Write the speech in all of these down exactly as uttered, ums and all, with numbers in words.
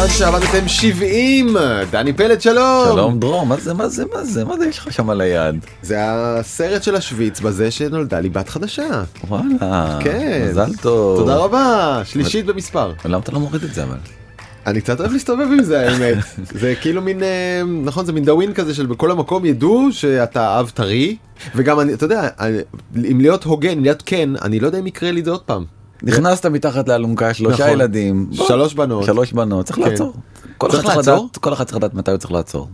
בזמן שעבדתם שבעים. דני פלד, שלום. שלום דרור, מה זה, מה זה, מה זה, מה זה יש לך שם על היד? זה הסרט של השוויץ בזה שנולדה לי בת חדשה. וואלה, כן. מזל טוב. תודה רבה, שלישית במספר. למה אתה לא מוריד את זה אבל? אני קצת אוהב להסתובב עם זה, האמת. זה כאילו מין, נכון, זה מין דאווין כזה של בכל המקום ידעו שאתה אב טרי, וגם אני, אתה יודע, אם להיות הוגן, להיות כן, אני לא יודע אם יקרה לי זה עוד פעם. נכנסת מתחת לאלונקה, שלושה ילדים, שלוש בנות. שלוש בנות, צריך לעצור. צריך לעצור? כל אחד צריך לדעת מתי הוא צריך לעצור.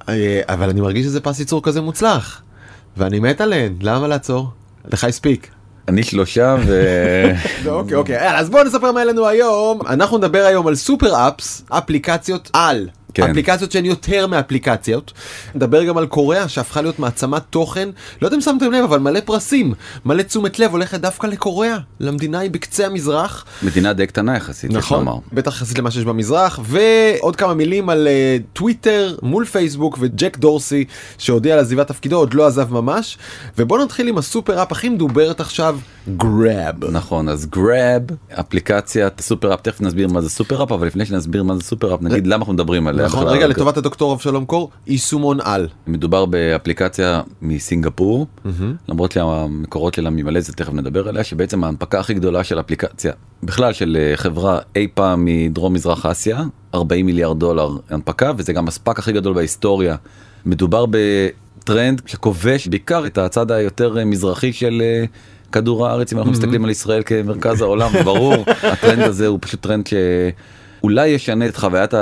אבל אני מרגיש שזה פס ייצור כזה מוצלח, ואני מת עליהן, למה לעצור? לך הספיק. אני שלושה ו... אוקיי, אוקיי, אז בואו נספר מה אלינו היום. אנחנו נדבר היום על סופר אפס, אפליקציות על. כן. אפליקציות שהן יותר מאפליקציות. נדבר גם על קוריאה שהפכה להיות מעצמת תוכן. לא יודעים שמתם לב, אבל מלא פרסים, מלא תשומת לב הולכת דווקא לקוריאה. למדינה היא בקצה המזרח. מדינה די קטנה יחסית. נכון, בטח יחסית למה שיש במזרח. ועוד כמה מילים על uh, טוויטר מול פייסבוק וג'ק דורסי שהודיע על עזיבת תפקידו, עוד לא עזב ממש. ובואו נתחיל עם הסופר אפ הכי מדוברת עכשיו, גראב. נכון, אז גראב, אפליקציית סופר אפ, תכף נסביר מה זה סופר אפ, אבל לפני שנסביר מה זה סופר אפ, נגיד למה אנחנו מדברים עליה. נכון, רגע, לטובת הדוקטור אבשלום קור, יישומון על. מדובר באפליקציה מסינגפור, למרות שהמקורות שלה ממלזיה, תכף נדבר עליה, שבעצם ההנפקה הכי גדולה של אפליקציה, בכלל של חברה אי פעם מדרום מזרח אסיה, ארבעים מיליארד דולר הנפקה, וזה גם הספק הכי גדול בהיסטוריה. מדובר בטרנד שכובש בעיקר את הצד היותר מזרחי של כדור הארץ, אם אנחנו מסתכלים על ישראל כמרכז העולם, ברור, הטרנד הזה הוא פשוט טרנד ש... אולי ישנה את חוויית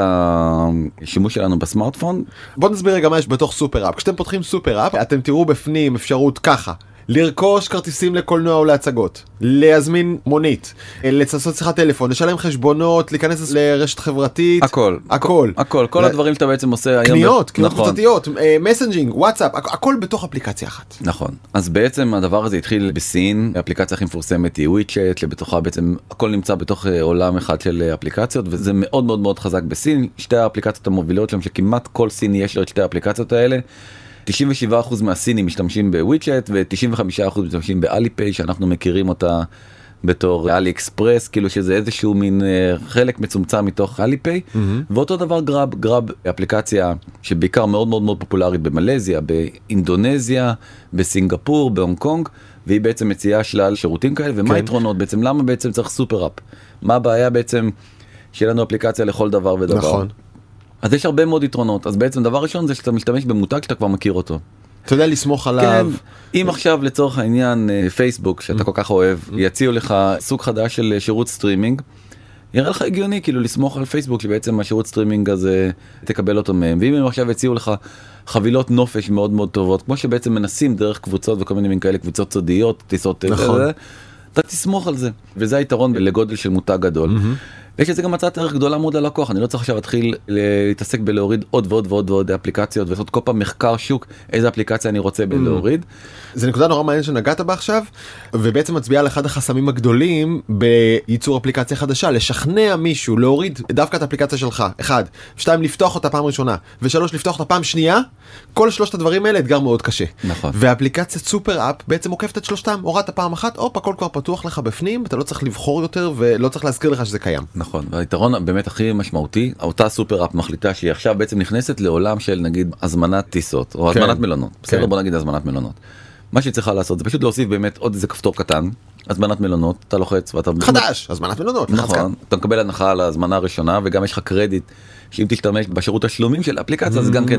השימוש שלנו בסמארטפון. בוא נסביר רגע מה יש בתוך סופר אפ. כשאתם פותחים סופר אפ, אתם תראו בפנים אפשרות ככה. לרכוש כרטיסים לקולנוע או להצגות, להזמין מונית, לעשות שיחת טלפון, לשלם חשבונות, להיכנס לרשת חברתית. הכל. הכל. הכל. כל הדברים שאתה בעצם עושה היום. קניות, קניות קבוצתיות, מסנג'ינג, וואטסאפ, הכל בתוך אפליקציה אחת. נכון. אז בעצם הדבר הזה התחיל בסין, האפליקציה הכי מפורסמת היא וויצ'ט, שבתוכה בעצם הכל נמצא בתוך עולם אחד של אפליקציות, וזה מאוד מאוד מאוד חזק בסין. שתי האפליקציות המובילות שם, שכמעט כל סיני יש לו את שתי האפליקציות האלה. תשעים ושבעה אחוז מהסינים משתמשים בוויצ'ט ו-תשעים וחמישה אחוז משתמשים באליפיי, שאנחנו מכירים אותה בתור אלי אקספרס, כאילו שזה איזשהו מין חלק מצומצם מתוך אליפיי. Mm-hmm. ואותו דבר גראב, גראב אפליקציה שבעיקר מאוד מאוד מאוד פופולרית במלזיה, באינדונזיה, בסינגפור, בהונג קונג, והיא בעצם מציעה שלל שירותים כאלה. ומה היתרונות בעצם? למה בעצם צריך סופר אפ? מה הבעיה בעצם שיהיה לנו אפליקציה לכל דבר ודבר? נכון. אז יש הרבה מאוד יתרונות. אז בעצם דבר ראשון זה שאתה משתמש במותג שאתה כבר מכיר אותו. אתה יודע לסמוך עליו. כן, אם עכשיו לצורך העניין פייסבוק שאתה כל כך אוהב, יציעו לך סוג חדש של שירות סטרימינג, יראה לך הגיוני כאילו לסמוך על פייסבוק שבעצם השירות סטרימינג הזה תקבל אותו מהם. ואם הם עכשיו יציעו לך חבילות נופש מאוד מאוד טובות, כמו שבעצם מנסים דרך קבוצות וכל מיני כאלה, קבוצות סודיות, טיסות, נכון. אתה תסמוך על זה. וזה היתרון לגודל של מותג גדול. ויש לזה גם הצעת ערך גדולה מאוד ללקוח. אני לא צריך עכשיו להתחיל להתעסק בלהוריד עוד ועוד ועוד ועוד אפליקציות, ולעשות כל פעם מחקר שוק, איזה אפליקציה אני רוצה בלהוריד. זה נקודה נורא מעניין שנגעת בה עכשיו, ובעצם מצביעה על אחד החסמים הגדולים בייצור אפליקציה חדשה, לשכנע מישהו להוריד דווקא את האפליקציה שלך. אחד, שתיים, לפתוח אותה פעם ראשונה, ושלוש, לפתוח אותה פעם שנייה. כל שלושת הדברים האלה אתגר מאוד קשה. נכון. ואפליקציית סופר אפ בעצם עוקפת את שלושתם. הורדת פעם אחת, אופ, הכל כבר פתוח לך בפנים, אתה לא צריך לבחור יותר ולא צריך להזכיר לך שזה קיים. נכון. והיתרון באמת הכי משמעותי, אותה סופר אפ מחליטה שהיא עכשיו בעצם נכנסת לעולם של נגיד הזמנת טיסות או הזמנת מלונות. בסדר, בוא נגיד הזמנת מלונות. מה שהיא צריכה לעשות זה פשוט להוסיף באמת עוד איזה כפתור קטן, הזמנת מלונות, אתה לוחץ ואתה... חדש, הזמנת מלונות. נכון, אתה מקבל הנחה על ההזמנה הראשונה, וגם יש לך קרדיט שאם תשתמש בשירות השלומים של האפליקציה, אז גם כן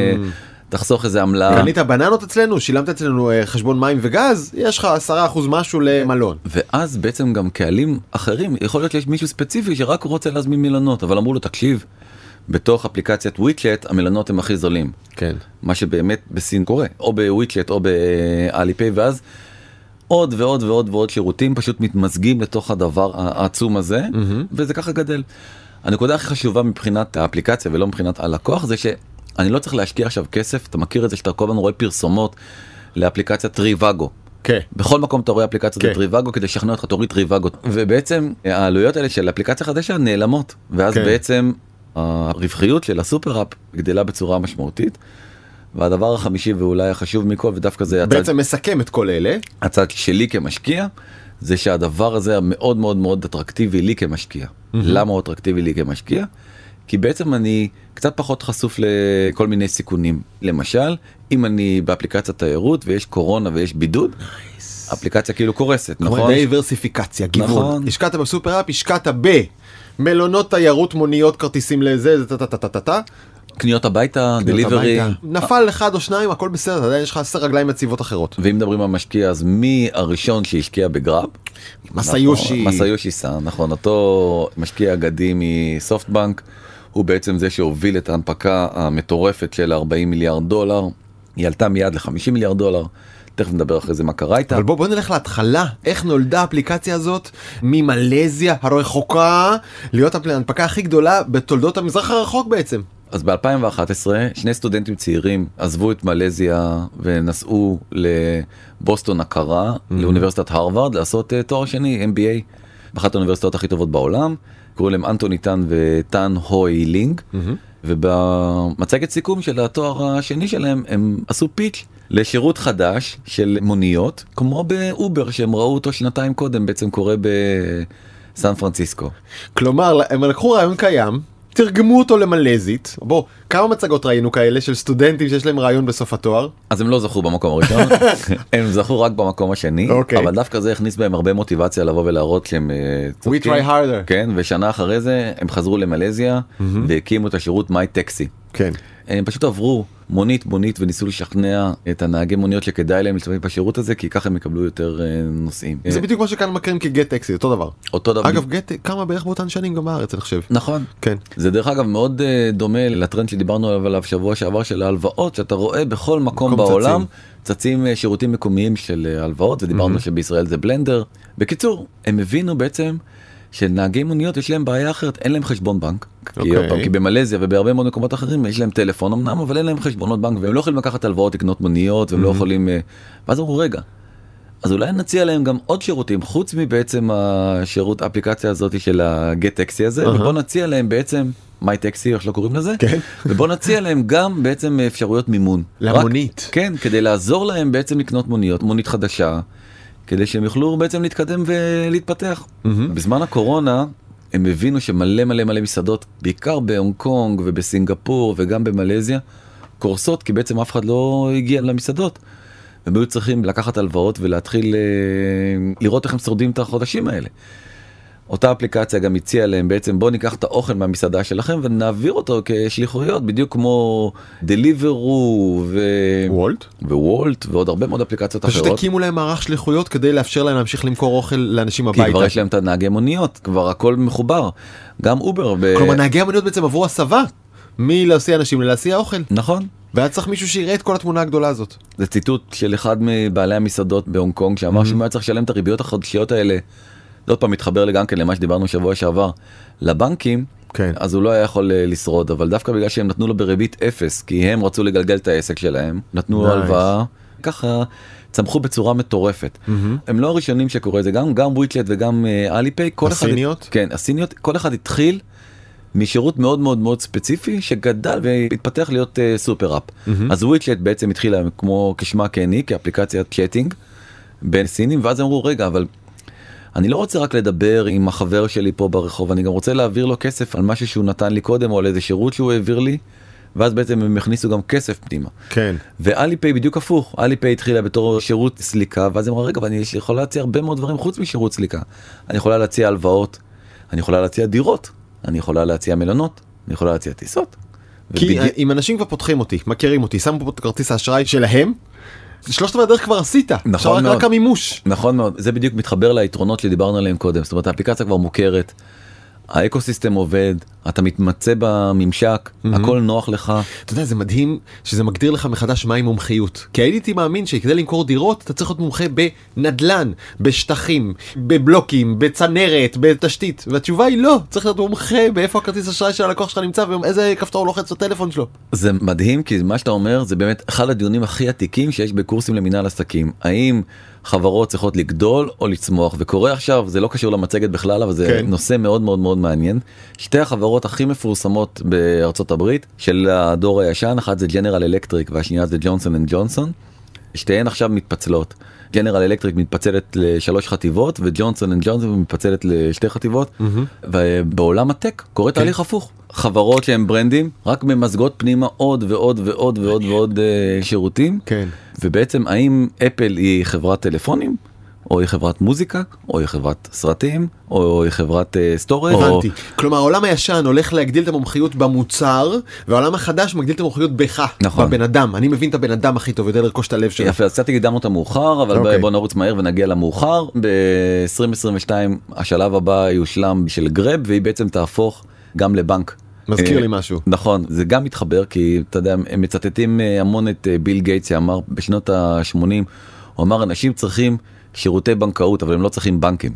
תחסוך איזה עמלה. קנית בננות אצלנו, שילמת אצלנו חשבון מים וגז, יש לך עשרה אחוז משהו למלון. ואז בעצם גם קהלים אחרים, יכול להיות שיש מישהו ספציפי שרק רוצה להזמין מלונות, אבל אמרו לו, תקשיב, בתוך אפליקציית וויצ'ט, המלונות הם הכי זולים. כן. מה שבאמת בסין קורה, או בוויצ'ט או באליפיי, ואז עוד ועוד ועוד ועוד שירותים פשוט מתמזגים לתוך הדבר העצום הזה, וזה ככה גדל. הנקודה הכי חשובה מבחינת האפליקציה ולא מבחינת הלקוח, זה שאני לא צריך להשקיע עכשיו כסף, אתה מכיר את זה שאתה כל הזמן רואה פרסומות לאפליקציית טריוואגו. כן. בכל מקום אתה רואה אפליקציות טריוואגו כדי לשכנע אותך תוריד טריוואגו. ובעצם העלויות האלה של אפליקציה חדשה נעלמות, ואז בעצם הרווחיות של הסופר אפ גדלה בצורה משמעותית. והדבר החמישי ואולי החשוב מכל, ודווקא זה הצד... בעצם מסכם את כל אלה. הצד שלי כמשקיע, זה שהדבר הזה מאוד מאוד מאוד אטרקטיבי לי כמשקיע. Mm-hmm. למה הוא אטרקטיבי לי כמשקיע? כי בעצם אני קצת פחות חשוף לכל מיני סיכונים. למשל, אם אני באפליקציית תיירות ויש קורונה ויש בידוד, אפליקציה כאילו קורסת, נכון? דייברסיפיקציה, גיוון. השקעת בסופר אפ, השקעת במלונות תיירות, מוניות, כרטיסים לזה, זה טה-טה-טה-טה. קניות הביתה, דליברי. נפל אחד או שניים, הכל בסדר, עדיין יש לך עשר רגליים מציבות אחרות. ואם מדברים על משקיע, אז מי הראשון שהשקיע בגראב? מסאיושי. מסאיושי סאן, נכון. אותו משקיע אגדי מסופטבנק, הוא בעצם זה שהוביל את ההנפקה המטורפת של ארבעים מיליארד דולר. היא עלתה מיד ל-חמישים מיליארד דולר. תכף נדבר אחרי זה מה קרה איתה. אבל בוא, בוא נלך להתחלה. איך נולדה האפליקציה הזאת ממלזיה הרחוקה להיות ההנפקה הכי גדולה בתולדות המזרח הרחוק בעצם? אז ב-אלפיים ואחת עשרה שני סטודנטים צעירים עזבו את מלזיה ונסעו לבוסטון הקרה, mm-hmm. לאוניברסיטת הרווארד, לעשות uh, תואר שני, אם בי איי, באחת האוניברסיטאות הכי טובות בעולם. קראו להם אנטוני טן וטן הוי לינג, mm-hmm. ובמצגת סיכום של התואר השני שלהם הם עשו פיץ' לשירות חדש של מוניות, כמו באובר שהם ראו אותו שנתיים קודם, בעצם קורה בסן פרנסיסקו. כלומר, הם לקחו רעיון קיים, תרגמו אותו למלזית. בוא, כמה מצגות ראינו כאלה של סטודנטים שיש להם רעיון בסוף התואר? אז הם לא זכו במקום הראשון, הם זכו רק במקום השני, okay. אבל דווקא זה הכניס בהם הרבה מוטיבציה לבוא ולהראות שהם צודקים. We try harder. כן, ושנה אחרי זה הם חזרו למלזיה mm-hmm. והקימו את השירות מיי טקסי. כן. הם פשוט עברו מונית מונית וניסו לשכנע את הנהגי מוניות שכדאי להם להשתמש בשירות הזה, כי ככה הם יקבלו יותר נוסעים. זה בדיוק מה שכאן מכירים כגט טקסי, אותו דבר. אותו דבר. אגב, גט כמה בערך באותן שנים גם בארץ, אני חושב. נכון. כן. זה דרך אגב מאוד דומה לטרנד שדיברנו עליו שבוע שעבר של ההלוואות, שאתה רואה בכל מקום בעולם צצים שירותים מקומיים של הלוואות, ודיברנו שבישראל זה בלנדר. בקיצור, הם הבינו בעצם שנהגי מוניות יש להם בעיה אחרת, אין להם חשבון בנק. Okay. כי, פעם, כי במלזיה ובהרבה מאוד מקומות אחרים יש להם טלפון אמנם, אבל אין להם חשבונות בנק, והם לא יכולים לקחת הלוואות לקנות מוניות, והם mm-hmm. לא יכולים... ואז אמרו, רגע, אז אולי נציע להם גם עוד שירותים, חוץ מבעצם השירות, האפליקציה הזאת של הגט טקסי הזה, uh-huh. ובוא נציע להם בעצם, מיי טקסי, איך שלא קוראים לזה, כן. ובוא נציע להם גם בעצם אפשרויות מימון. למונית. רק, כן, כדי לעזור להם בעצם לקנות מוניות, מונית חדשה, כדי שהם יוכלו בעצם להתקדם ולהתפתח. Mm-hmm. בזמן הקורונה, הם הבינו שמלא מלא מלא מסעדות, בעיקר בהונג קונג ובסינגפור וגם במלזיה, קורסות, כי בעצם אף אחד לא הגיע למסעדות. הם היו צריכים לקחת הלוואות ולהתחיל אה, לראות איך הם שורדים את החודשים האלה. אותה אפליקציה גם הציעה להם בעצם, בוא ניקח את האוכל מהמסעדה שלכם ונעביר אותו כשליחויות, בדיוק כמו דליברו ו... וולט. ווולט ועוד הרבה מאוד אפליקציות פשוט אחרות. פשוט הקימו להם מערך שליחויות כדי לאפשר להם להמשיך למכור אוכל לאנשים הביתה. כי כבר יש להם את הנהגי מוניות, כבר הכל מחובר. גם אובר. ב... כלומר, נהגי המוניות בעצם עברו הסבה מלהסיע אנשים ללהסיע אוכל. נכון. והיה צריך מישהו שיראה את כל התמונה הגדולה הזאת. זה ציטוט של אחד מבעלי המסעדות בהונג קונג, שאמר שהוא היה צריך לשלם את הריביות החודשיות האלה. עוד פעם מתחבר לי גם כן למה שדיברנו שבוע שעבר, לבנקים, כן. אז הוא לא היה יכול לשרוד, אבל דווקא בגלל שהם נתנו לו בריבית אפס, כי הם רצו לגלגל את העסק שלהם, נתנו לו הלוואה, ככה צמחו בצורה מטורפת. Mm-hmm. הם לא הראשונים שקורא זה, גם, גם וויצ'ט וגם אליפיי, כל אחד... הסיניות? כן, הסיניות, כל אחד התחיל משירות מאוד מאוד מאוד ספציפי, שגדל והתפתח להיות uh, סופר אפ. Mm-hmm. אז וויצ'ט בעצם התחילה כמו כשמה כעני, כאפליקציית צ'אטינג בין סינים, ואז אמרו, רגע, אבל אני לא רוצה רק לדבר עם החבר שלי פה ברחוב, אני גם רוצה להעביר לו כסף על משהו שהוא נתן לי קודם, או על איזה שירות שהוא העביר לי, ואז בעצם הם הכניסו גם כסף פנימה. כן. ואליפיי בדיוק הפוך, אליפיי התחילה בתור שירות סליקה, ואז הם אמרו, רגע, ואני יכולה להציע הרבה מאוד דברים חוץ משירות סליקה. אני יכולה להציע הלוואות, אני יכולה להציע דירות, אני יכולה להציע מלונות, אני יכולה להציע טיסות. כי ובדיוק... אם אנשים כבר פותחים אותי, מכירים אותי, שמו פה את כרטיס האשראי שלהם, שלושת רבעי הדרך כבר עשית, נכון עכשיו רק המימוש. נכון מאוד, זה בדיוק מתחבר ליתרונות שדיברנו עליהם קודם, זאת אומרת האפליקציה כבר מוכרת, האקוסיסטם עובד, אתה מתמצא בממשק, mm-hmm. הכל נוח לך. אתה יודע, זה מדהים שזה מגדיר לך מחדש מהי מומחיות. כי הייתי מאמין שכדי למכור דירות, אתה צריך להיות מומחה בנדלן, בשטחים, בבלוקים, בצנרת, בתשתית. והתשובה היא לא, צריך להיות מומחה באיפה הכרטיס אשראי של הלקוח שלך נמצא, ואיזה כפתור הוא לוחץ בטלפון שלו. זה מדהים, כי מה שאתה אומר, זה באמת אחד הדיונים הכי עתיקים שיש בקורסים למנהל עסקים. האם חברות צריכות לגדול או לצמוח, וקורה עכשיו, זה לא קשור למצגת בכלל, אבל זה כן. נושא מאוד מאוד מאוד מעניין. שתי החברות הכי מפורסמות בארצות הברית, של הדור הישן, אחת זה ג'נרל אלקטריק, והשנייה זה ג'ונסון אנד ג'ונסון. שתיהן עכשיו מתפצלות. ג'נרל אלקטריק מתפצלת לשלוש חטיבות, וג'ונסון אנד ג'ונסון מתפצלת לשתי חטיבות, mm-hmm. ובעולם הטק קורה כן. תהליך הפוך. חברות שהן ברנדים, רק ממזגות פנימה עוד ועוד ועוד ועוד ועוד שירותים. כן. ובעצם האם אפל היא חברת טלפונים, או היא חברת מוזיקה, או היא חברת סרטים, או היא חברת סטורי. הבנתי. כלומר, העולם הישן הולך להגדיל את המומחיות במוצר, והעולם החדש מגדיל את המומחיות בך, בבן אדם. אני מבין את הבן אדם הכי טוב, יודע לרכוש את הלב שלו. יפה, אז קצת הקדמנו את המאוחר, אבל בוא נרוץ מהר ונגיע למאוחר. ב-עשרים עשרים ושתיים השלב הבא יושלם של גרב, והיא בעצם תהפוך גם לבנק. מזכיר לי משהו. נכון, זה גם מתחבר, כי אתה יודע, הם מצטטים המון את ביל גייטס, שאמר בשנות ה-שמונים, הוא אמר, אנשים צריכים שירותי בנקאות, אבל הם לא צריכים בנקים.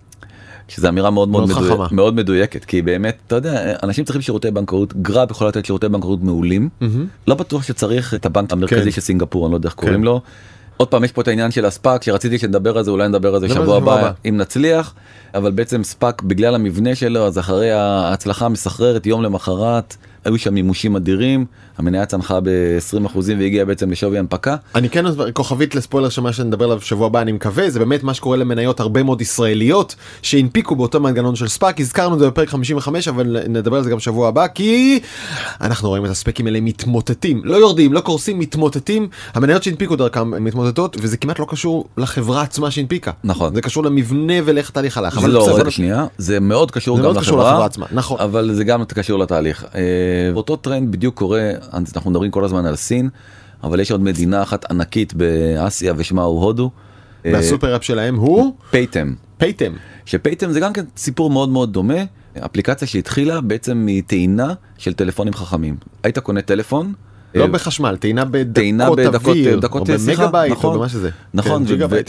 שזו אמירה מאוד מאוד, מאוד, מדויק, מאוד מדויקת, כי באמת, אתה יודע, אנשים צריכים שירותי בנקאות, גרב יכול לתת שירותי בנקאות מעולים, mm-hmm. לא בטוח שצריך את הבנק המרכזי כן. של סינגפור, אני לא יודע איך כן. קוראים לו. עוד פעם, יש פה את העניין של הספאק, שרציתי שנדבר על זה, אולי נדבר על זה שבוע הבא, הבא. אם נצליח, אבל בעצם ספאק, בגלל המבנה שלו, אז אחרי ההצלחה המסחררת, יום למחרת, היו שם מימושים אדירים, המניה צנחה ב-עשרים אחוז והגיעה בעצם לשווי הנפקה. אני כן כוכבית לספוילר שמה שנדבר עליו שבוע הבא, אני מקווה, זה באמת מה שקורה למניות הרבה מאוד ישראליות שהנפיקו באותו מנגנון של ספאק, הזכרנו את זה בפרק חמישים וחמש, אבל נדבר על זה גם שבוע הבא, כי אנחנו רואים את הספקים האלה מתמוטטים, לא יורדים, לא קורסים, מתמוטטים, המניות שהנפיקו דרכם מתמוטטות, וזה כמעט לא קשור לחברה עצמה שהנפיקה. נכון. זה קשור למבנה ולך תהליך הלך. זה לא רגע שנייה, זה מאוד קשור גם לחברה, נכון. אבל זה גם קשור לתהליך. אותו טרנד בדיוק קורה, אנחנו מדברים כל הזמן על סין, אבל יש עוד מדינה אחת ענקית באסיה ושמה הוא הודו. והסופר אפ שלהם הוא? פייטם. פייטם. שפייטם זה גם כן סיפור מאוד מאוד דומה, אפליקציה שהתחילה בעצם מטעינה של טלפונים חכמים. היית קונה טלפון. לא בחשמל, טעינה בדקות אוויר, או במגabייט, או במה שזה. נכון,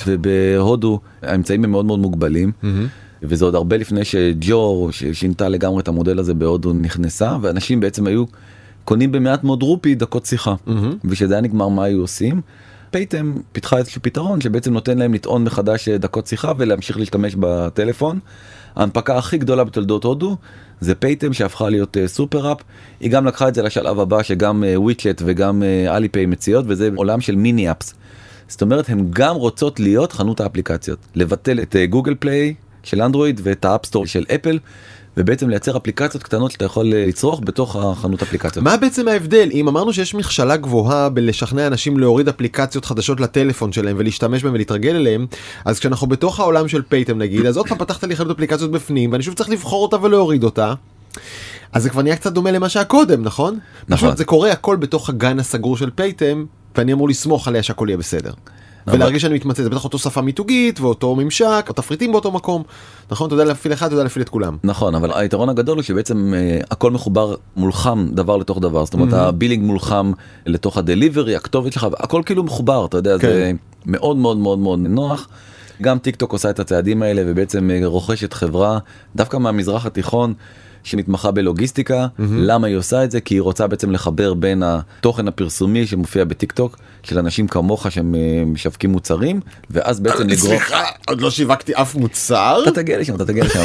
ובהודו האמצעים הם מאוד מאוד מוגבלים. וזה עוד הרבה לפני שג'ו ששינתה לגמרי את המודל הזה בהודו נכנסה, ואנשים בעצם היו קונים במעט מאוד רופי דקות שיחה, mm-hmm. ושזה היה נגמר מה היו עושים. פייטם פיתחה איזשהו פתרון שבעצם נותן להם לטעון מחדש דקות שיחה ולהמשיך להשתמש בטלפון. ההנפקה הכי גדולה בתולדות הודו זה פייטם שהפכה להיות סופר אפ, היא גם לקחה את זה לשלב הבא שגם וויצ'ט וגם אליפיי מציעות, וזה עולם של מיני אפס. זאת אומרת, הן גם רוצות להיות חנות האפליקציות, לבטל את גוגל פליי של אנדרואיד ואת האפסטור של אפל, ובעצם לייצר אפליקציות קטנות שאתה יכול לצרוך בתוך החנות אפליקציות. מה בעצם ההבדל? אם אמרנו שיש מכשלה גבוהה בלשכנע אנשים להוריד אפליקציות חדשות לטלפון שלהם ולהשתמש בהם ולהתרגל אליהם, אז כשאנחנו בתוך העולם של פייטם נגיד, אז עוד פעם פתחת לי חנות אפליקציות בפנים, ואני שוב צריך לבחור אותה ולהוריד אותה, אז זה כבר נהיה קצת דומה למה שהיה קודם, נכון? נכון. פשוט זה קורה הכל בתוך הגן הסגור של פייטם, ואני אמור לסמוך עליה שהכל יהיה בסדר. ולהרגיש שאני מתמצא, זה בטח אותו שפה מיתוגית ואותו ממשק, או תפריטים באותו מקום. נכון? אתה יודע להפעיל אחד, אתה יודע להפעיל את כולם. נכון, אבל היתרון הגדול הוא שבעצם אה, הכל מחובר מולחם דבר לתוך דבר. זאת אומרת, mm-hmm. הבילינג מולחם לתוך הדליברי, הכתובת שלך, הכל כאילו מחובר, אתה יודע, כן. זה מאוד מאוד מאוד מאוד נוח. גם טיק טוק עושה את הצעדים האלה, ובעצם רוכשת חברה, דווקא מהמזרח התיכון, שמתמחה בלוגיסטיקה. Mm-hmm. למה היא עושה את זה? כי היא רוצה בעצם לחבר בין התוכן הפרסומי שמופיע בטיק טוק, של אנשים כמוך שהם משווקים מוצרים, ואז בעצם לגרום... סליחה, עוד לא שיווקתי אף מוצר? אתה תגיע לשם, אתה תגיע לשם.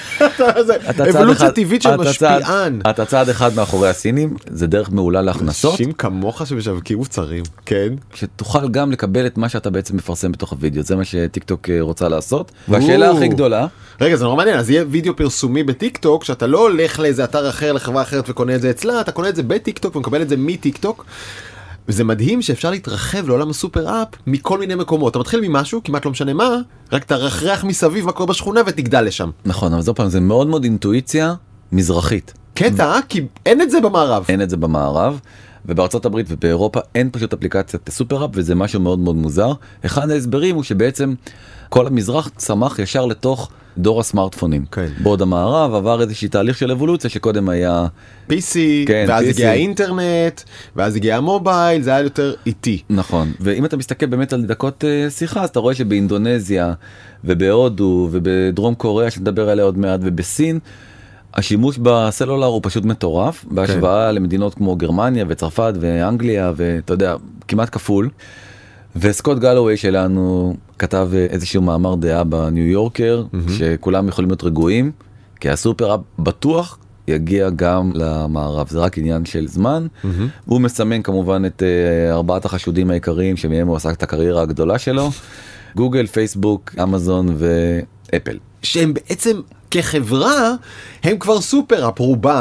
אבולוציה טבעית של משפיען. אתה צעד אחד מאחורי הסינים, זה דרך מעולה להכנסות. אנשים כמוך שמשווקים מוצרים, כן. שתוכל גם לקבל את מה שאתה בעצם מפרסם בתוך הוידאו, זה מה שטיק טוק רוצה לעשות. והשאלה הכי גדולה... רגע, זה נורא מעניין, אז יהיה וידאו פרסומי בטיק טוק, שאתה לא הולך לאיזה אתר אחר, לחברה אחרת וקונה את זה אצלה, אתה קונה את זה בטיק טוק ומקבל את זה מטיק טוק. וזה מדהים שאפשר להתרחב לעולם הסופר אפ מכל מיני מקומות. אתה מתחיל ממשהו, כמעט לא משנה מה, רק תרחרח מסביב מה קורה בשכונה ותגדל לשם. נכון, אבל זו פעם, זה מאוד מאוד אינטואיציה מזרחית. קטע, כי אין את זה במערב. אין את זה במערב, ובארצות הברית ובאירופה אין פשוט אפליקציית סופר אפ, וזה משהו מאוד מאוד מוזר. אחד ההסברים הוא שבעצם כל המזרח צמח ישר לתוך דור הסמארטפונים. כן. בעוד המערב עבר איזושהי תהליך של אבולוציה שקודם היה פי סי, כן, ואז הגיע האינטרנט, ואז הגיע המובייל, זה היה יותר איטי. נכון, ואם אתה מסתכל באמת על דקות uh, שיחה, אז אתה רואה שבאינדונזיה ובהודו ובדרום קוריאה שנדבר עליה עוד מעט ובסין, השימוש בסלולר הוא פשוט מטורף, בהשוואה כן. למדינות כמו גרמניה וצרפת ואנגליה, ואתה יודע, כמעט כפול. וסקוט גלווי שלנו כתב איזשהו מאמר דעה בניו יורקר, mm-hmm. שכולם יכולים להיות רגועים, כי הסופר אפ בטוח יגיע גם למערב, זה רק עניין של זמן. Mm-hmm. הוא מסמן כמובן את uh, ארבעת החשודים העיקריים, שמהם הוא עשה את הקריירה הגדולה שלו, גוגל, פייסבוק, אמזון ואפל. שהם בעצם כחברה, הם כבר סופר אפ רובם.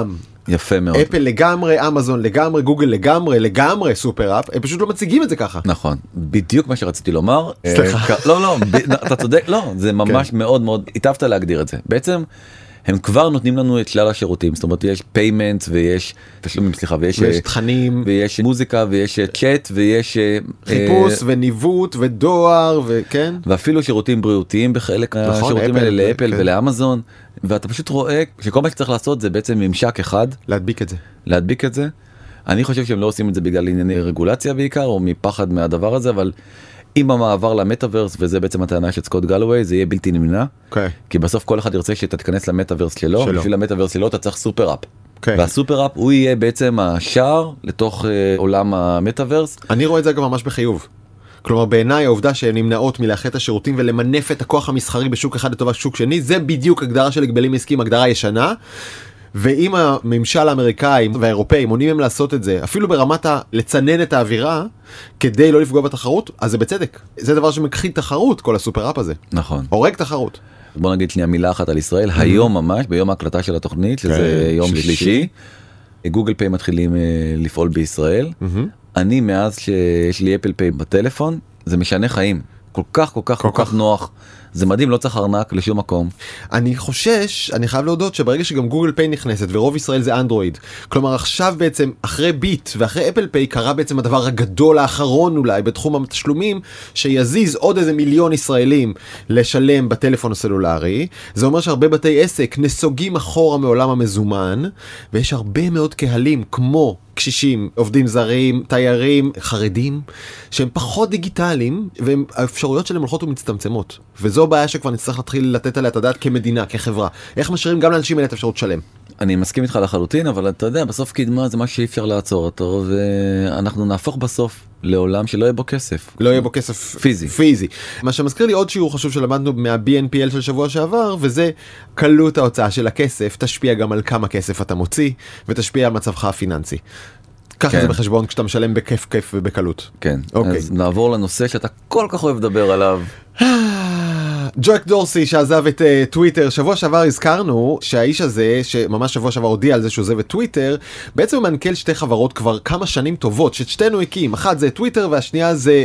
יפה מאוד. אפל לגמרי, אמזון לגמרי, גוגל לגמרי, לגמרי סופר אפ, הם פשוט לא מציגים את זה ככה. נכון, בדיוק מה שרציתי לומר. סליחה. לא, לא, אתה צודק, לא, זה ממש מאוד מאוד, היטבת להגדיר את זה. בעצם, הם כבר נותנים לנו את שלל השירותים, זאת אומרת, יש פיימנט ויש תשלומים, סליחה, ויש תכנים, ויש מוזיקה ויש צ'אט ויש חיפוש וניווט ודואר וכן. ואפילו שירותים בריאותיים בחלק מהשירותים האלה לאפל ולאמזון, ואתה פשוט רואה שכל מה שצריך לעשות זה בעצם ממשק אחד. להדביק את זה. להדביק את זה. אני חושב שהם לא עושים את זה בגלל ענייני רגולציה בעיקר, או מפחד מהדבר הזה, אבל עם המעבר למטאברס, וזה בעצם הטענה של סקוט גלווי, זה יהיה בלתי נמנע. Okay. כי בסוף כל אחד ירצה שאתה תכנס למטאברס שלו, שלו. בשביל המטאברס שלו אתה צריך סופר אפ. Okay. והסופר אפ הוא יהיה בעצם השער לתוך uh, עולם המטאברס. אני רואה את זה גם ממש בחיוב. כלומר בעיניי העובדה שהן נמנעות מלאחד את השירותים ולמנף את הכוח המסחרי בשוק אחד לטובת שוק שני, זה בדיוק הגדרה של הגבלים עסקיים, הגדרה ישנה. ואם הממשל האמריקאי והאירופאים מונעים הם לעשות את זה, אפילו ברמת לצנן את האווירה, כדי לא לפגוע בתחרות, אז זה בצדק. זה דבר שמכחיד תחרות, כל הסופר-אפ הזה. נכון. הורג תחרות. בוא נגיד שנייה מילה אחת על ישראל, היום ממש, ביום ההקלטה של התוכנית, שזה יום שלישי, גוגל פיי מתחילים לפעול בישראל. אני מאז שיש לי אפל פיי בטלפון, זה משנה חיים. כל כך, כל כך, כל כך נוח. זה מדהים, לא צריך ארנק לשום מקום. אני חושש, אני חייב להודות שברגע שגם גוגל פיי נכנסת ורוב ישראל זה אנדרואיד, כלומר עכשיו בעצם אחרי ביט ואחרי אפל פיי קרה בעצם הדבר הגדול האחרון אולי בתחום התשלומים, שיזיז עוד איזה מיליון ישראלים לשלם בטלפון הסלולרי. זה אומר שהרבה בתי עסק נסוגים אחורה מעולם המזומן, ויש הרבה מאוד קהלים כמו קשישים, עובדים זרים, תיירים, חרדים, שהם פחות דיגיטליים, והאפשרויות שלהם הולכות ומצטמצמות. וזו בעיה שכבר נצטרך להתחיל לתת עליה את הדעת כמדינה, כחברה. איך משאירים גם לאנשים האלה את אפשרות שלם? אני מסכים איתך לחלוטין, אבל אתה יודע, בסוף קדמה זה מה שאי אפשר לעצור אותו, ואנחנו נהפוך בסוף לעולם שלא יהיה בו כסף. לא יהיה בו כסף פיזי. פיזי. מה שמזכיר לי עוד שיעור חשוב שלמדנו מה-בי אן פי אל של שבוע שעבר, וזה קלות ההוצאה של הכסף, תשפיע גם על כמה כסף אתה מוציא, ותשפיע על מצבך הפיננסי. ככה זה בחשבון כשאתה משלם בכיף כיף ובקלות. כן. אז נעבור לנושא שאתה כל כך אוהב לדבר עליו. ג'ק דורסי שעזב את uh, טוויטר, שבוע שעבר הזכרנו שהאיש הזה, שממש שבוע שעבר הודיע על זה שהוא עוזב את טוויטר, בעצם הוא מנכ"ל שתי חברות כבר כמה שנים טובות, ששתינו הקים, אחת זה טוויטר והשנייה זה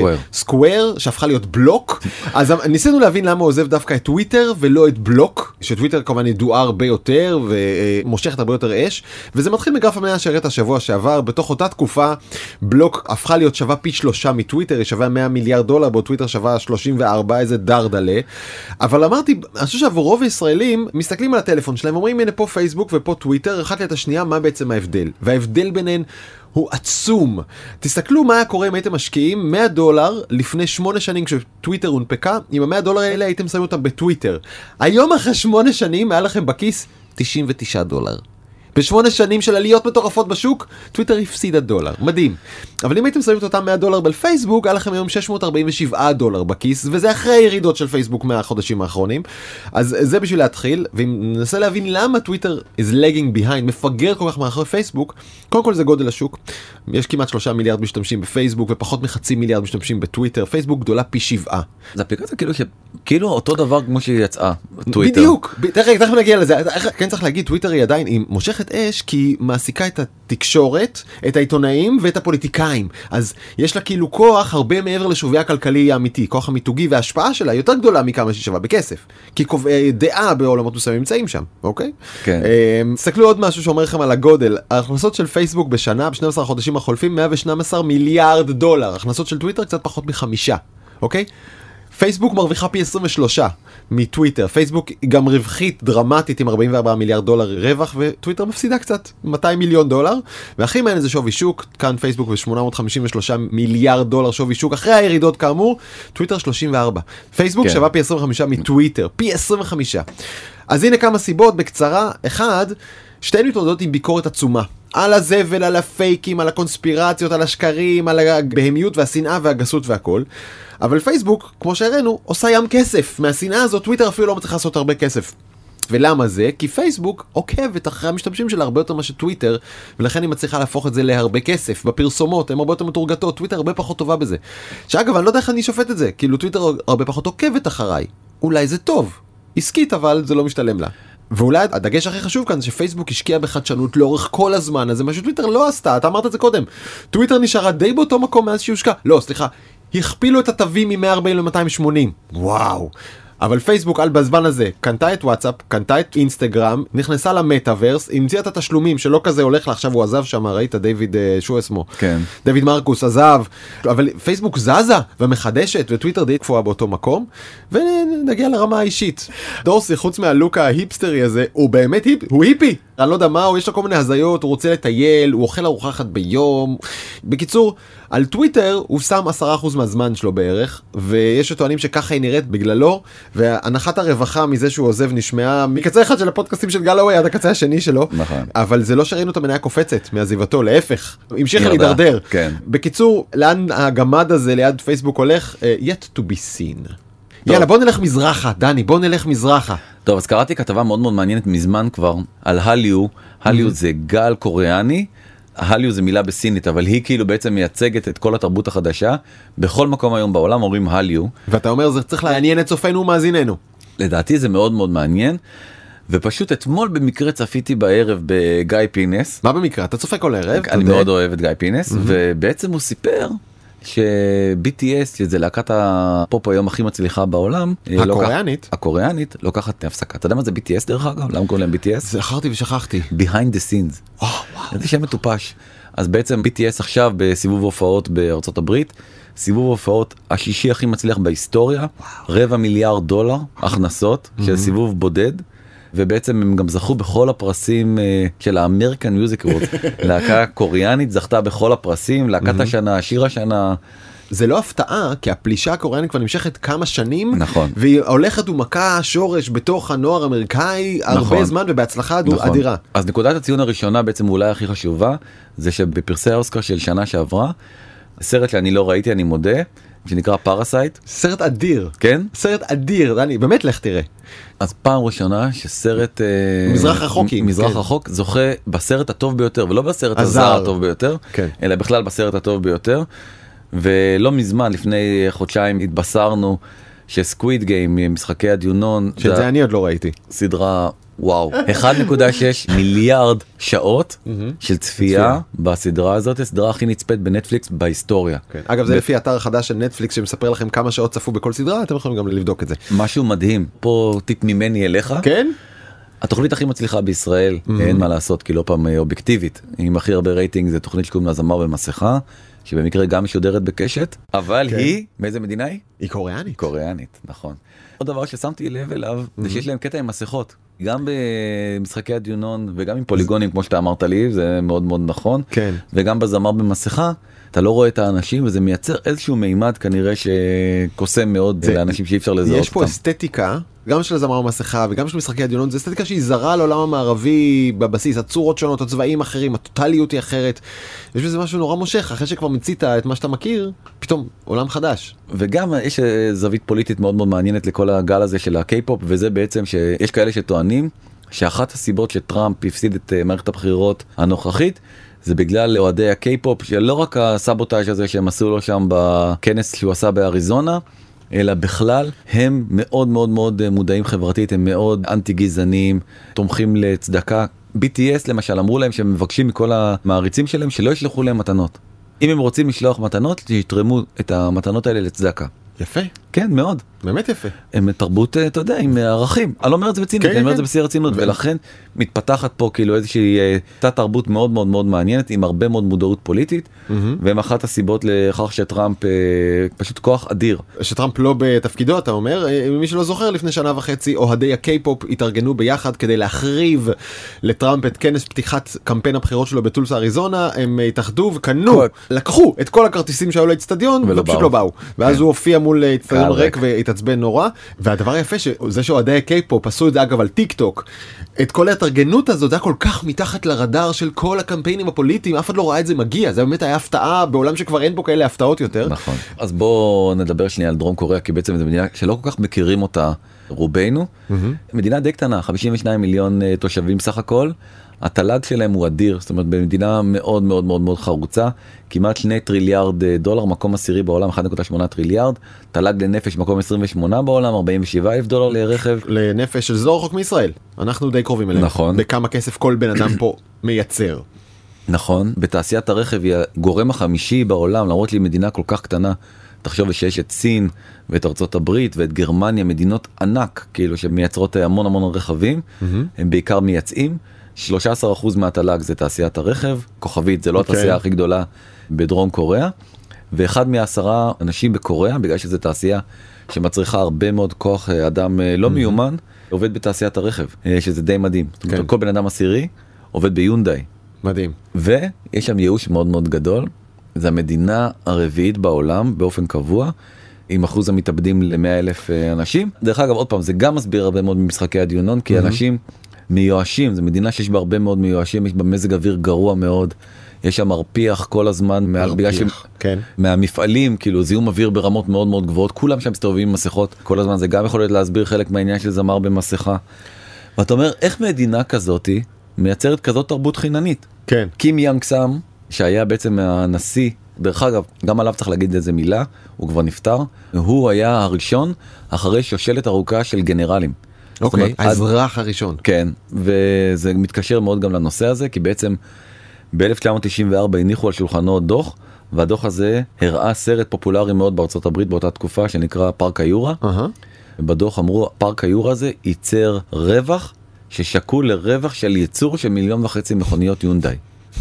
סקוואר, uh, שהפכה להיות בלוק. אז ניסינו להבין למה הוא עוזב דווקא את טוויטר ולא את בלוק, שטוויטר כמובן ידועה הרבה יותר ומושכת הרבה יותר אש, וזה מתחיל מגרף המניה שהראית השבוע שעבר. בתוך אותה תקופה בלוק הפכה להיות שווה פי שלושה מטוויטר, היא שווה מאה מיליארד דולר, בו טוויטר שווה שלושים וארבע, איזה דרדלה. אבל אמרתי, אני חושב שעבור רוב הישראלים מסתכלים על הטלפון שלהם ואומרים, הנה פה פייסבוק ופה טוויטר, אחת לת השנייה, מה בעצם ההבדל? וההבדל ביניהן הוא עצום. תסתכלו מה היה קורה אם הייתם משקיעים מאה דולר לפני שמונה שנים כשטוויטר הונפקה, עם ה-מאה דולר האלה הייתם שמים אותם בטוויטר. היום אחרי שמונה שנים היה לכם בכיס תשעים ותשעה דולר. בשמונה שנים של עליות מטורפות בשוק, טוויטר הפסידה דולר. מדהים. אבל אם הייתם שמים את אותם מאה דולר בפייסבוק, היה לכם היום שש מאות ארבעים ושבעה דולר בכיס, וזה אחרי הירידות של פייסבוק מהחודשים האחרונים. אז זה בשביל להתחיל, ואם ננסה להבין למה טוויטר is lagging behind, מפגר כל כך מאחורי פייסבוק, קודם כל זה גודל השוק. יש כמעט שלושה מיליארד משתמשים בפייסבוק, ופחות מחצי מיליארד משתמשים בטוויטר. פייסבוק גדולה פי שבעה. זה אפליקציה כאילו, כאילו אותו דבר כמו שהיא יצאה, טוויטר. בדיוק. תכף נגיע לזה. כן צריך להגיד, טוויטר היא עדיין, היא מושכת אש כי היא מעסיקה את התקשורת, את העיתונאים ואת הפוליטיקאים. אז יש לה כאילו כוח הרבה מעבר לשווי הכלכלי האמיתי, כוח המיתוגי, וההשפעה שלה יותר גדולה מכמה שהיא שווה בכסף. כי קובעי דעה בעולמות מסוימים נמצאים שם, אוקיי? כן. סתכלו עוד משהו שאומר לכם על הגודל. ההכנסות של פייסבוק בשנה, ב-שנים עשר החודשים החולפים, מאה ושנים עשר מיליארד דולר. הכנסות של טוויטר קצת פחות מחמישה, אוקיי? פייסבוק מרוויחה פי עשרים ושלוש מטוויטר. פייסבוק גם רווחית דרמטית עם ארבעים וארבעה מיליארד דולר רווח, וטוויטר מפסידה קצת מאתיים מיליון דולר. והכי מעניין זה שווי שוק, כאן פייסבוק ב-שמונה מאות חמישים ושלושה מיליארד דולר שווי שוק, אחרי הירידות כאמור, טוויטר שלושים וארבע. פייסבוק כן. שווה פי עשרים וחמש מטוויטר, פי עשרים וחמש. אז הנה כמה סיבות בקצרה. אחד, שתיהן מתמודדות עם ביקורת עצומה. על הזבל, על הפייקים, על הקונספירציות, על השקרים, על הבהמיות והשנאה והגסות והכל. אבל פייסבוק, כמו שהראינו, עושה ים כסף. מהשנאה הזאת, טוויטר אפילו לא מצליח לעשות הרבה כסף. ולמה זה? כי פייסבוק עוקבת אחרי המשתמשים שלה הרבה יותר מה שטוויטר, ולכן היא מצליחה להפוך את זה להרבה כסף. בפרסומות, הן הרבה יותר מתורגתות, טוויטר הרבה פחות טובה בזה. שאגב, אני לא יודע איך אני שופט את זה, כאילו טוויטר הרבה פחות עוקבת אחריי. אולי זה טוב. עסקית, אבל זה לא משתלם לה. ואולי הדגש הכי חשוב כאן זה שפייסבוק השקיע בחדשנות לאורך כל הזמן, אז זה משהו טוויטר לא עשתה, אתה אמרת את זה קודם. טוויטר נשארה די באותו מקום מאז שהיא הושקעה. לא, סליחה, הכפילו את התווים מ-מאה וארבעים ל-מאתיים ושמונים. וואו. אבל פייסבוק על בזמן הזה קנתה את וואטסאפ, קנתה את אינסטגרם, נכנסה למטאברס, המציאה את התשלומים שלא כזה הולך לה, עכשיו הוא עזב שם, ראית דיוויד שואסמו, כן. דיוויד מרקוס עזב, אבל פייסבוק זזה ומחדשת, וטוויטר די קפואה באותו מקום, ונגיע לרמה האישית. דורסי, חוץ מהלוק ההיפסטרי הזה, הוא באמת היפ, הוא היפי, אני לא יודע מה, הוא יש לו כל מיני הזיות, הוא רוצה לטייל, הוא אוכל ארוחה אחת ביום. בקיצור, על טוויטר הוא שם עשרה אחוז מהזמן שלו בערך, ויש שטוענים שככה היא נראית בגללו, והנחת הרווחה מזה שהוא עוזב נשמעה מקצה אחד של הפודקאסטים של גלווי עד הקצה השני שלו, נכון. אבל זה לא שראינו את המניה קופצת מעזיבתו, להפך, המשיכה להידרדר. כן. בקיצור, לאן הגמד הזה ליד פייסבוק הולך? Uh, yet to be seen. יאללה, בוא נלך מזרחה, דני, בוא נלך מזרחה. טוב, אז קראתי כתבה מאוד מאוד מעניינת מזמן כבר, על הליו. הליו זה גל קוריאני, הליו זה מילה בסינית, אבל היא כאילו בעצם מייצגת את כל התרבות החדשה. בכל מקום היום בעולם אומרים הליו. ואתה אומר, זה צריך לעניין את צופינו ומאזיננו. לדעתי זה מאוד מאוד מעניין. ופשוט אתמול במקרה צפיתי בערב בגיא פינס. מה במקרה? אתה צופה כל ערב? אני מאוד אוהב את גיא פינס, ובעצם הוא סיפר ש-בי טי אס, שזה להקת הפופ היום הכי מצליחה בעולם, הקוריאנית, הקוריאנית, לוקחת הפסקה. אתה יודע מה זה בי טי אס דרך אגב? למה קוראים להם בי טי אס? זכרתי ושכחתי. Behind the scenes. זה שם מטופש. אז בעצם בי טי אס עכשיו בסיבוב הופעות בארצות הברית, סיבוב הופעות השישי הכי מצליח בהיסטוריה, רבע מיליארד דולר הכנסות של סיבוב בודד, ובעצם הם גם זכו בכל הפרסים של האמריקן מיוזיק אוורדס. להקה קוריאנית זכתה בכל הפרסים, להקת השנה, שיר השנה. זה לא הפתעה, כי הפלישה הקוריאנית כבר נמשכת כמה שנים, נכון. והיא הולכת ומכה שורש בתוך הנוער האמריקאי הרבה נכון. זמן, ובהצלחה נכון. אדירה. אז נקודת הציון הראשונה בעצם אולי הכי חשובה, זה שבפרסי האוסקר של שנה שעברה, סרט שאני לא ראיתי, אני מודה, שנקרא פרסייט. סרט אדיר. כן? סרט אדיר, דני, באמת לך תראה. אז פעם ראשונה שסרט מזרח רחוקים, מזרח כן. רחוק זוכה בסרט הטוב ביותר, ולא בסרט הזר. הזר הטוב ביותר, כן. אלא בכלל בסרט הטוב ביותר. ולא מזמן, לפני חודשיים, התבשרנו שסקוויד גיים, משחקי הדיונון, שאת זה אני עוד לא ראיתי. סדרה, וואו, אחת נקודה שש מיליארד שעות של צפייה בסדרה הזאת, הסדרה הכי נצפית בנטפליקס בהיסטוריה. אגב, זה לפי אתר חדש של נטפליקס שמספר לכם כמה שעות צפו בכל סדרה, אתם יכולים גם לבדוק את זה. משהו מדהים, פה טיפ ממני אליך. כן? התוכנית הכי מצליחה בישראל, אין מה לעשות, כי לא פעם אובייקטיבית, עם הכי הרבה רייטינג, זה תוכנית שקוראים לה זמר במסכה, שבמקרה גם משודרת בקשת, אבל היא, מאיזה מדינה היא? היא קוריאנית. קוריאנית, נכון. עוד דבר ששמתי לב אליו, זה שיש להם קטע עם מסכות. גם במשחקי הדיונון וגם עם פוליגונים, כמו שאתה אמרת לי, זה מאוד מאוד נכון. כן. וגם בזמר במסכה, אתה לא רואה את האנשים, וזה מייצר איזשהו מימד כנראה שקוסם מאוד לאנשים שאי אפשר לזהות אותם. יש פה אסתטיקה, גם של הזמר במסכה וגם של משחקי הדיונון, זה אסתטיקה שהיא זרה לעולם המערבי בבסיס, הצורות שונות, הצבעים אחרים, הטוטליות היא אחרת. יש בזה משהו נורא מושך, אחרי שכבר מצית את מה שאתה מכיר, פתאום עולם חדש. וגם יש זווית פוליטית מאוד מאוד מעניינת לכל הגל הזה של הקיי-פופ, וזה בעצם שיש כאלה שטוענים שאחת הסיבות שטראמפ הפסיד את מערכת הבחירות הנוכחית, זה בגלל אוהדי הקיי-פופ, שלא רק הסבוטאז' הזה שהם עשו לו שם בכנס שהוא עשה באריזונה, אלא בכלל הם מאוד מאוד מאוד מודעים חברתית, הם מאוד אנטי גזענים, תומכים לצדקה. בי טי אס למשל אמרו להם שהם מבקשים מכל המעריצים שלהם שלא ישלחו להם מתנות. אם הם רוצים לשלוח מתנות, שיתרמו את המתנות האלה לצדקה. יפה. כן, מאוד. באמת יפה. הם תרבות, אתה יודע, עם ערכים. אני לא אומר את זה בציניות, אני אומר את זה בשיא הרצינות, ולכן מתפתחת פה כאילו איזושהי תת תרבות מאוד מאוד מאוד מעניינת, עם הרבה מאוד מודעות פוליטית, והם אחת הסיבות לכך שטראמפ פשוט כוח אדיר. שטראמפ לא בתפקידו, אתה אומר, מי שלא זוכר, לפני שנה וחצי, אוהדי הקיי-פופ התארגנו ביחד כדי להחריב לטראמפ את כנס פתיחת קמפיין הבחירות שלו בטולסה אריזונה, הם התאחדו וקנו, לקחו את כל הכרטיסים שהיו לאצטדיון, ופשוט לא באו. ואז הוא הופיע מול אצטדיון ריק והתעצבן נורא, והדבר היפה שזה שאוהדי הקיי-פופ עשו את זה אגב על טיק טוק, את כל ההתארגנות הזאת, זה היה כל כך מתחת לרדאר של כל הקמפיינים הפוליטיים, אף אחד לא ראה את זה מגיע, זה באמת היה הפתעה בעולם שכבר אין פה כאלה הפתעות יותר. נכון. אז בואו נדבר שנייה על דרום קוריאה, כי בעצם זו מדינה שלא כל כך מכירים אותה רובנו, מדינה די קטנה, חמישים ושניים מיליון תושבים סך הכל, התל"ג שלהם הוא אדיר, זאת אומרת במדינה מאוד מאוד מאוד מאוד חרוצה, כמעט שני טריליארד דולר, מקום עשירי בעולם, אחד נקודה שמונה טריליארד, תל"ג לנפש מקום עשרים ושמונה בעולם, ארבעים ושבעה אלף דולר לרכב. לנפש של זו רחוק מישראל, אנחנו די קרובים אליהם. נכון. בכמה כסף כל בן אדם פה מייצר. נכון, בתעשיית הרכב היא הגורם החמישי בעולם, למרות שהיא מדינה כל כך קטנה, תחשוב שיש את סין ואת ארצות הברית ואת גרמניה, מדינות ענק, כאילו שמייצרות המון המון רכבים, mm-hmm. הם בעיקר מייצאים, שלושה עשר אחוז מהתל"ג זה תעשיית הרכב, כוכבית, זה לא okay. התעשייה הכי גדולה בדרום קוריאה, ואחד מהעשרה אנשים בקוריאה, בגלל שזו תעשייה שמצריכה הרבה מאוד כוח אדם לא mm-hmm. מיומן, עובד בתעשיית הרכב, שזה די מדהים. Okay. זאת אומרת, כל בן אדם עשירי עובד ביונדאי. מדהים. ויש שם ייאוש מאוד מאוד גדול, זה המדינה הרביעית בעולם באופן קבוע, עם אחוז המתאבדים ל-מאה אלף אנשים. דרך אגב, עוד פעם, זה גם מסביר הרבה מאוד ממשחקי הדיונון, כי mm-hmm. אנשים מיואשים, זו מדינה שיש בה הרבה מאוד מיואשים, יש בה מזג אוויר גרוע מאוד, יש שם מרפיח כל הזמן, מעל, בגלל ש... כן. מהמפעלים, כאילו זיהום אוויר ברמות מאוד מאוד גבוהות, כולם שם מסתובבים עם מסכות כל הזמן, זה גם יכול להיות להסביר חלק מהעניין של זמר במסכה. ואתה אומר, איך מדינה כזאת מייצרת כזאת תרבות חיננית? כן. קים יאנג סאם, שהיה בעצם הנשיא, דרך אגב, גם עליו צריך להגיד איזה מילה, הוא כבר נפטר, הוא היה הראשון אחרי שושלת ארוכה של גנרלים. אוקיי, האזרח הראשון. כן, וזה מתקשר מאוד גם לנושא הזה, כי בעצם ב-אלף תשע מאות תשעים וארבע הניחו על שולחנו דוח, והדוח הזה הראה סרט פופולרי מאוד בארצות הברית באותה תקופה, שנקרא פארק היורה. בדוח אמרו, פארק היורה הזה ייצר רווח, ששקול לרווח של ייצור של מיליון וחצי מכוניות יונדאי.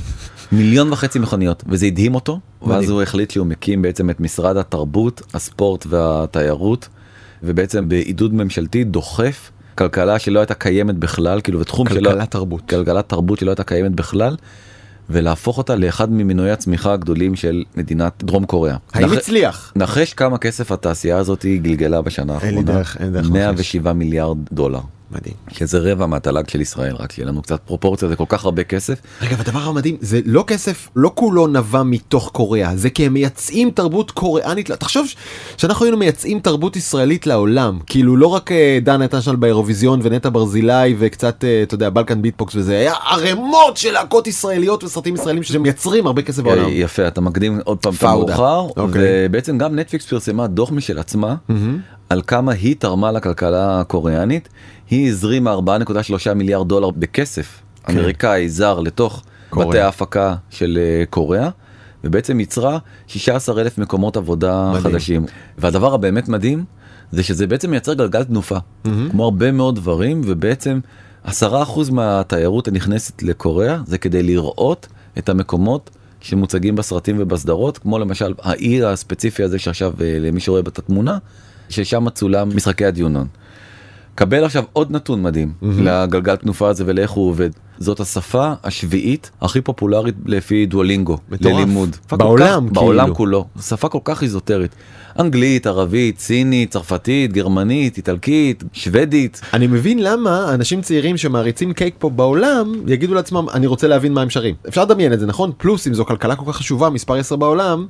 מיליון וחצי מכוניות, וזה הדהים אותו, ואז הוא החליט שהוא מקים בעצם את משרד התרבות, הספורט והתיירות, ובעצם בעידוד ממשלתי דוחף כלכלה שלא הייתה קיימת בכלל, כאילו בתחום שלא... כלכלת תרבות. כלכלת תרבות שלא הייתה קיימת בכלל, ולהפוך אותה לאחד ממנועי הצמיחה הגדולים של מדינת דרום קוריאה. האם הצליח? נחש כמה כסף התעשייה הזאת גלגלה בשנה האחרונה? אין לי דרך, אין דרך. מאה ושבעה מיליארד דולר. מדהים. שזה רבע מהתל"ג של ישראל, רק שיהיה לנו קצת פרופורציה, זה כל כך הרבה כסף. רגע, והדבר המדהים, זה לא כסף, לא כולו נבע מתוך קוריאה, זה כי הם מייצאים תרבות קוריאנית, תחשוב שאנחנו היינו מייצאים תרבות ישראלית לעולם, כאילו לא רק דן הייתה שם באירוויזיון ונטע ברזילי וקצת, אתה יודע, בלקן ביטבוקס וזה, היה ערימות של להקות ישראליות וסרטים ישראלים שמייצרים הרבה כסף בעולם. יפה, אתה מקדים עוד פעם מאוחר, ובעצם גם נטפליקס פרסמה דוח משל עצמה, על כמה היא תרמה לכלכלה הקוריאנית, היא הזרימה ארבע נקודה שלוש מיליארד דולר בכסף אמריקאי זר לתוך בתי ההפקה של קוריאה, ובעצם יצרה שישה עשר אלף מקומות עבודה חדשים. והדבר הבאמת מדהים, זה שזה בעצם מייצר גלגל תנופה, כמו הרבה מאוד דברים, ובעצם עשרה אחוז מהתיירות הנכנסת לקוריאה, זה כדי לראות את המקומות שמוצגים בסרטים ובסדרות, כמו למשל העיר הספציפי הזה שעכשיו למי שרואה בת התמונה, ששם מצולם משחקי הדיונון. קבל עכשיו עוד נתון מדהים mm-hmm. לגלגל תנופה הזה ולאיך הוא עובד. זאת השפה השביעית הכי פופולרית לפי דואלינגו, ללימוד. בעולם, כך, בעולם כולו. שפה כל כך איזוטרית. אנגלית, ערבית, סינית, צרפתית, גרמנית, איטלקית, שוודית. אני מבין למה אנשים צעירים שמעריצים קייק פופ בעולם יגידו לעצמם, אני רוצה להבין מה הם שרים. אפשר לדמיין את זה, נכון? פלוס, אם זו כלכלה כל כך חשובה, מספר עשר בעולם,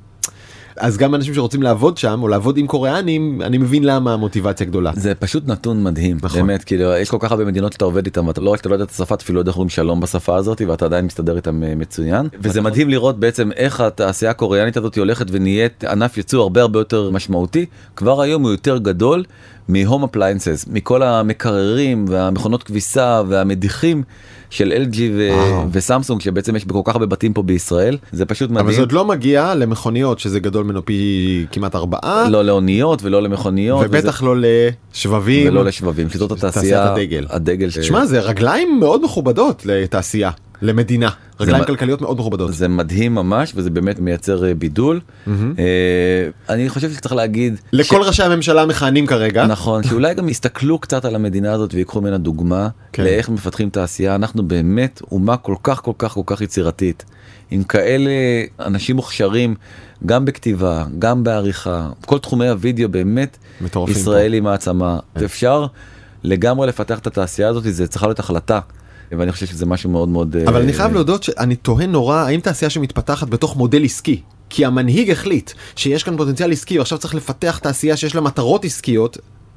אז גם אנשים שרוצים לעבוד שם, או לעבוד עם קוריאנים, אני מבין למה המוטיבציה גדולה. זה פשוט נתון מדהים, נכון. באמת, כאילו, יש כל כך הרבה מדינות שאתה עובד איתם, ואתה לא רק שאתה לא יודע את השפה, אפילו לא יודע איך שלום בשפה הזאת, ואתה עדיין מסתדר איתם מצוין. וזה מדהים לראות בעצם איך התעשייה הקוריאנית הזאת הולכת ונהיית ענף ייצור הרבה הרבה יותר משמעותי. כבר היום הוא יותר גדול מהום אפליינסס, מכל המקררים והמכונות כביסה והמדיחים של אל ג'י ו- וסמסונג, שבעצם יש בכל כך הרבה בתים פה בישראל. זה פשוט מדהים. אבל זה עוד לא מגיע למכוניות, שזה גדול ממנו פי כמעט ארבעה. לא לאוניות ולא למכוניות. ובטח וזה... לא לשבבים. ולא לשבבים, שזאת התעשייה. הדגל. הדגל. תשמע, זה רגליים מאוד מכובדות לתעשייה, למדינה. רגליים כלכליות מאוד מכובדות. זה מדהים ממש, וזה באמת מייצר בידול. אני חושב שצריך להגיד... לכל ראשי הממשלה מכהנים כרגע. נכון, שאולי גם יסתכלו קצת על המדינה הזאת ויקחו ממנה דוגמה לאיך מפתחים תעשייה. אנחנו באמת אומה כל כך כל כך כל כך יצירתית. עם כאלה אנשים מוכשרים, גם בכתיבה, גם בעריכה, כל תחומי הוידאו באמת ישראלי מעצמה. אפשר לגמרי לפתח את התעשייה הזאת, זה צריכה להיות החלטה. ואני חושב שזה משהו מאוד מאוד... אבל אני חייב להודות שאני תוהה נורא, האם תעשייה שמתפתחת בתוך מודל עסקי? כי המנהיג החליט שיש כאן פוטנציאל עסקי, ועכשיו צריך לפתח תעשייה שיש לה מטרות עסקיות,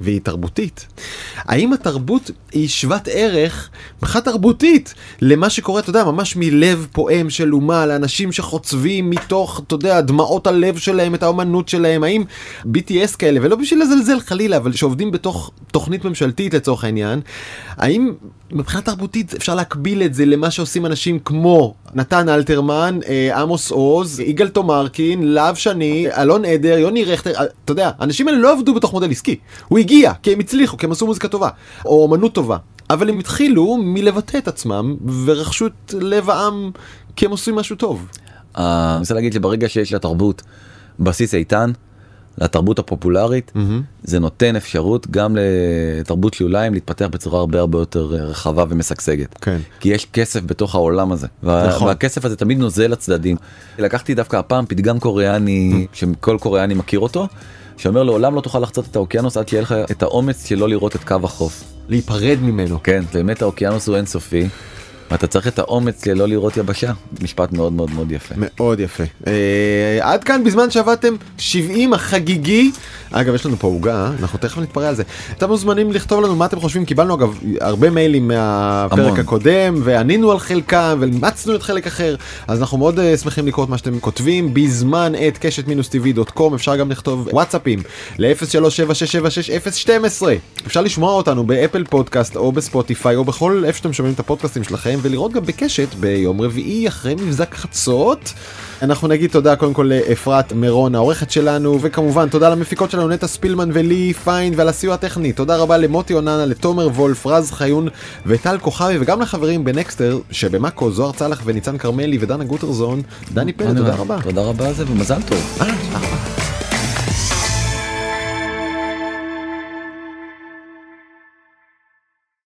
והיא תרבותית. האם התרבות היא שוות ערך, מבחינה תרבותית, למה שקורה, אתה יודע, ממש מלב פועם של אומה, לאנשים שחוצבים מתוך, אתה יודע, דמעות הלב שלהם, את האומנות שלהם, האם בי טי אס כאלה, ולא בשביל לזלזל חלילה, אבל שעובדים בתוך תוכנית ממשלתית לצורך העניין, האם מבחינה תרבותית אפשר להקביל את זה למה שעושים אנשים כמו נתן אלתרמן, עמוס עוז, יגאל תומרקין, להב שני, אלון עדר, יוני רכטר, אתה יודע, האנשים האלה לא עבדו בתוך מודל עסקי. הוא הגיע, כי הם הצליחו, כי הם עשו מוזיקה טובה, או אומנות טובה. אבל הם התחילו מלבטא את עצמם, ורכשו את לב העם, כי הם עושים משהו טוב. אני רוצה להגיד שברגע שיש לתרבות בסיס איתן, לתרבות הפופולרית, זה נותן אפשרות גם לתרבות שוליים להתפתח בצורה הרבה הרבה יותר רחבה ומשגשגת. כן. כי יש כסף בתוך העולם הזה. והכסף הזה תמיד נוזל לצדדים. לקחתי דווקא הפעם פתגם קוריאני, שכל קוריאני מכיר אותו, שאומר לעולם לא תוכל לחצות את האוקיינוס עד שיהיה לך את האומץ שלא לראות את קו החוף. להיפרד ממנו. כן, באמת האוקיינוס הוא אינסופי. אתה צריך את האומץ לא לראות יבשה. משפט מאוד מאוד מאוד יפה. מאוד יפה. אה, עד כאן בזמן שעבדתם שבעים החגיגי. אגב, יש לנו פה הוגה, אנחנו תכף נתפרע על זה. אתם מוזמנים לכתוב לנו מה אתם חושבים. קיבלנו אגב הרבה מיילים מהפרק המון. הקודם, וענינו על חלקם, ולמצנו את חלק אחר. אז אנחנו מאוד uh, שמחים לקרוא את מה שאתם כותבים. בזמן את קשת מינוס טי וי דוט קום. אפשר גם לכתוב וואטסאפים ל-אפס שלוש שבע שש שבע שש אפס שתים עשרה. אפשר לשמוע אותנו באפל פודקאסט, או בספוטיפיי, או בכל איפה שאתם שומעים את הפודקאסטים שלכם. ולראות גם בקשת ביום רביעי אחרי מבזק חצות. אנחנו נגיד תודה קודם כל לאפרת מירון העורכת שלנו, וכמובן תודה למפיקות שלנו נטע ספילמן ולי פיין, ועל הסיוע הטכני תודה רבה למוטי אוננה, לתומר וולף, רז חיון וטל כוכבי, וגם לחברים בנקסטר שבמאקו, זוהר צלח וניצן קרמלי ודנה גוטרזון. דני פלד, תודה רבה. תודה רבה על זה ומזל טוב. אה, תודה רבה.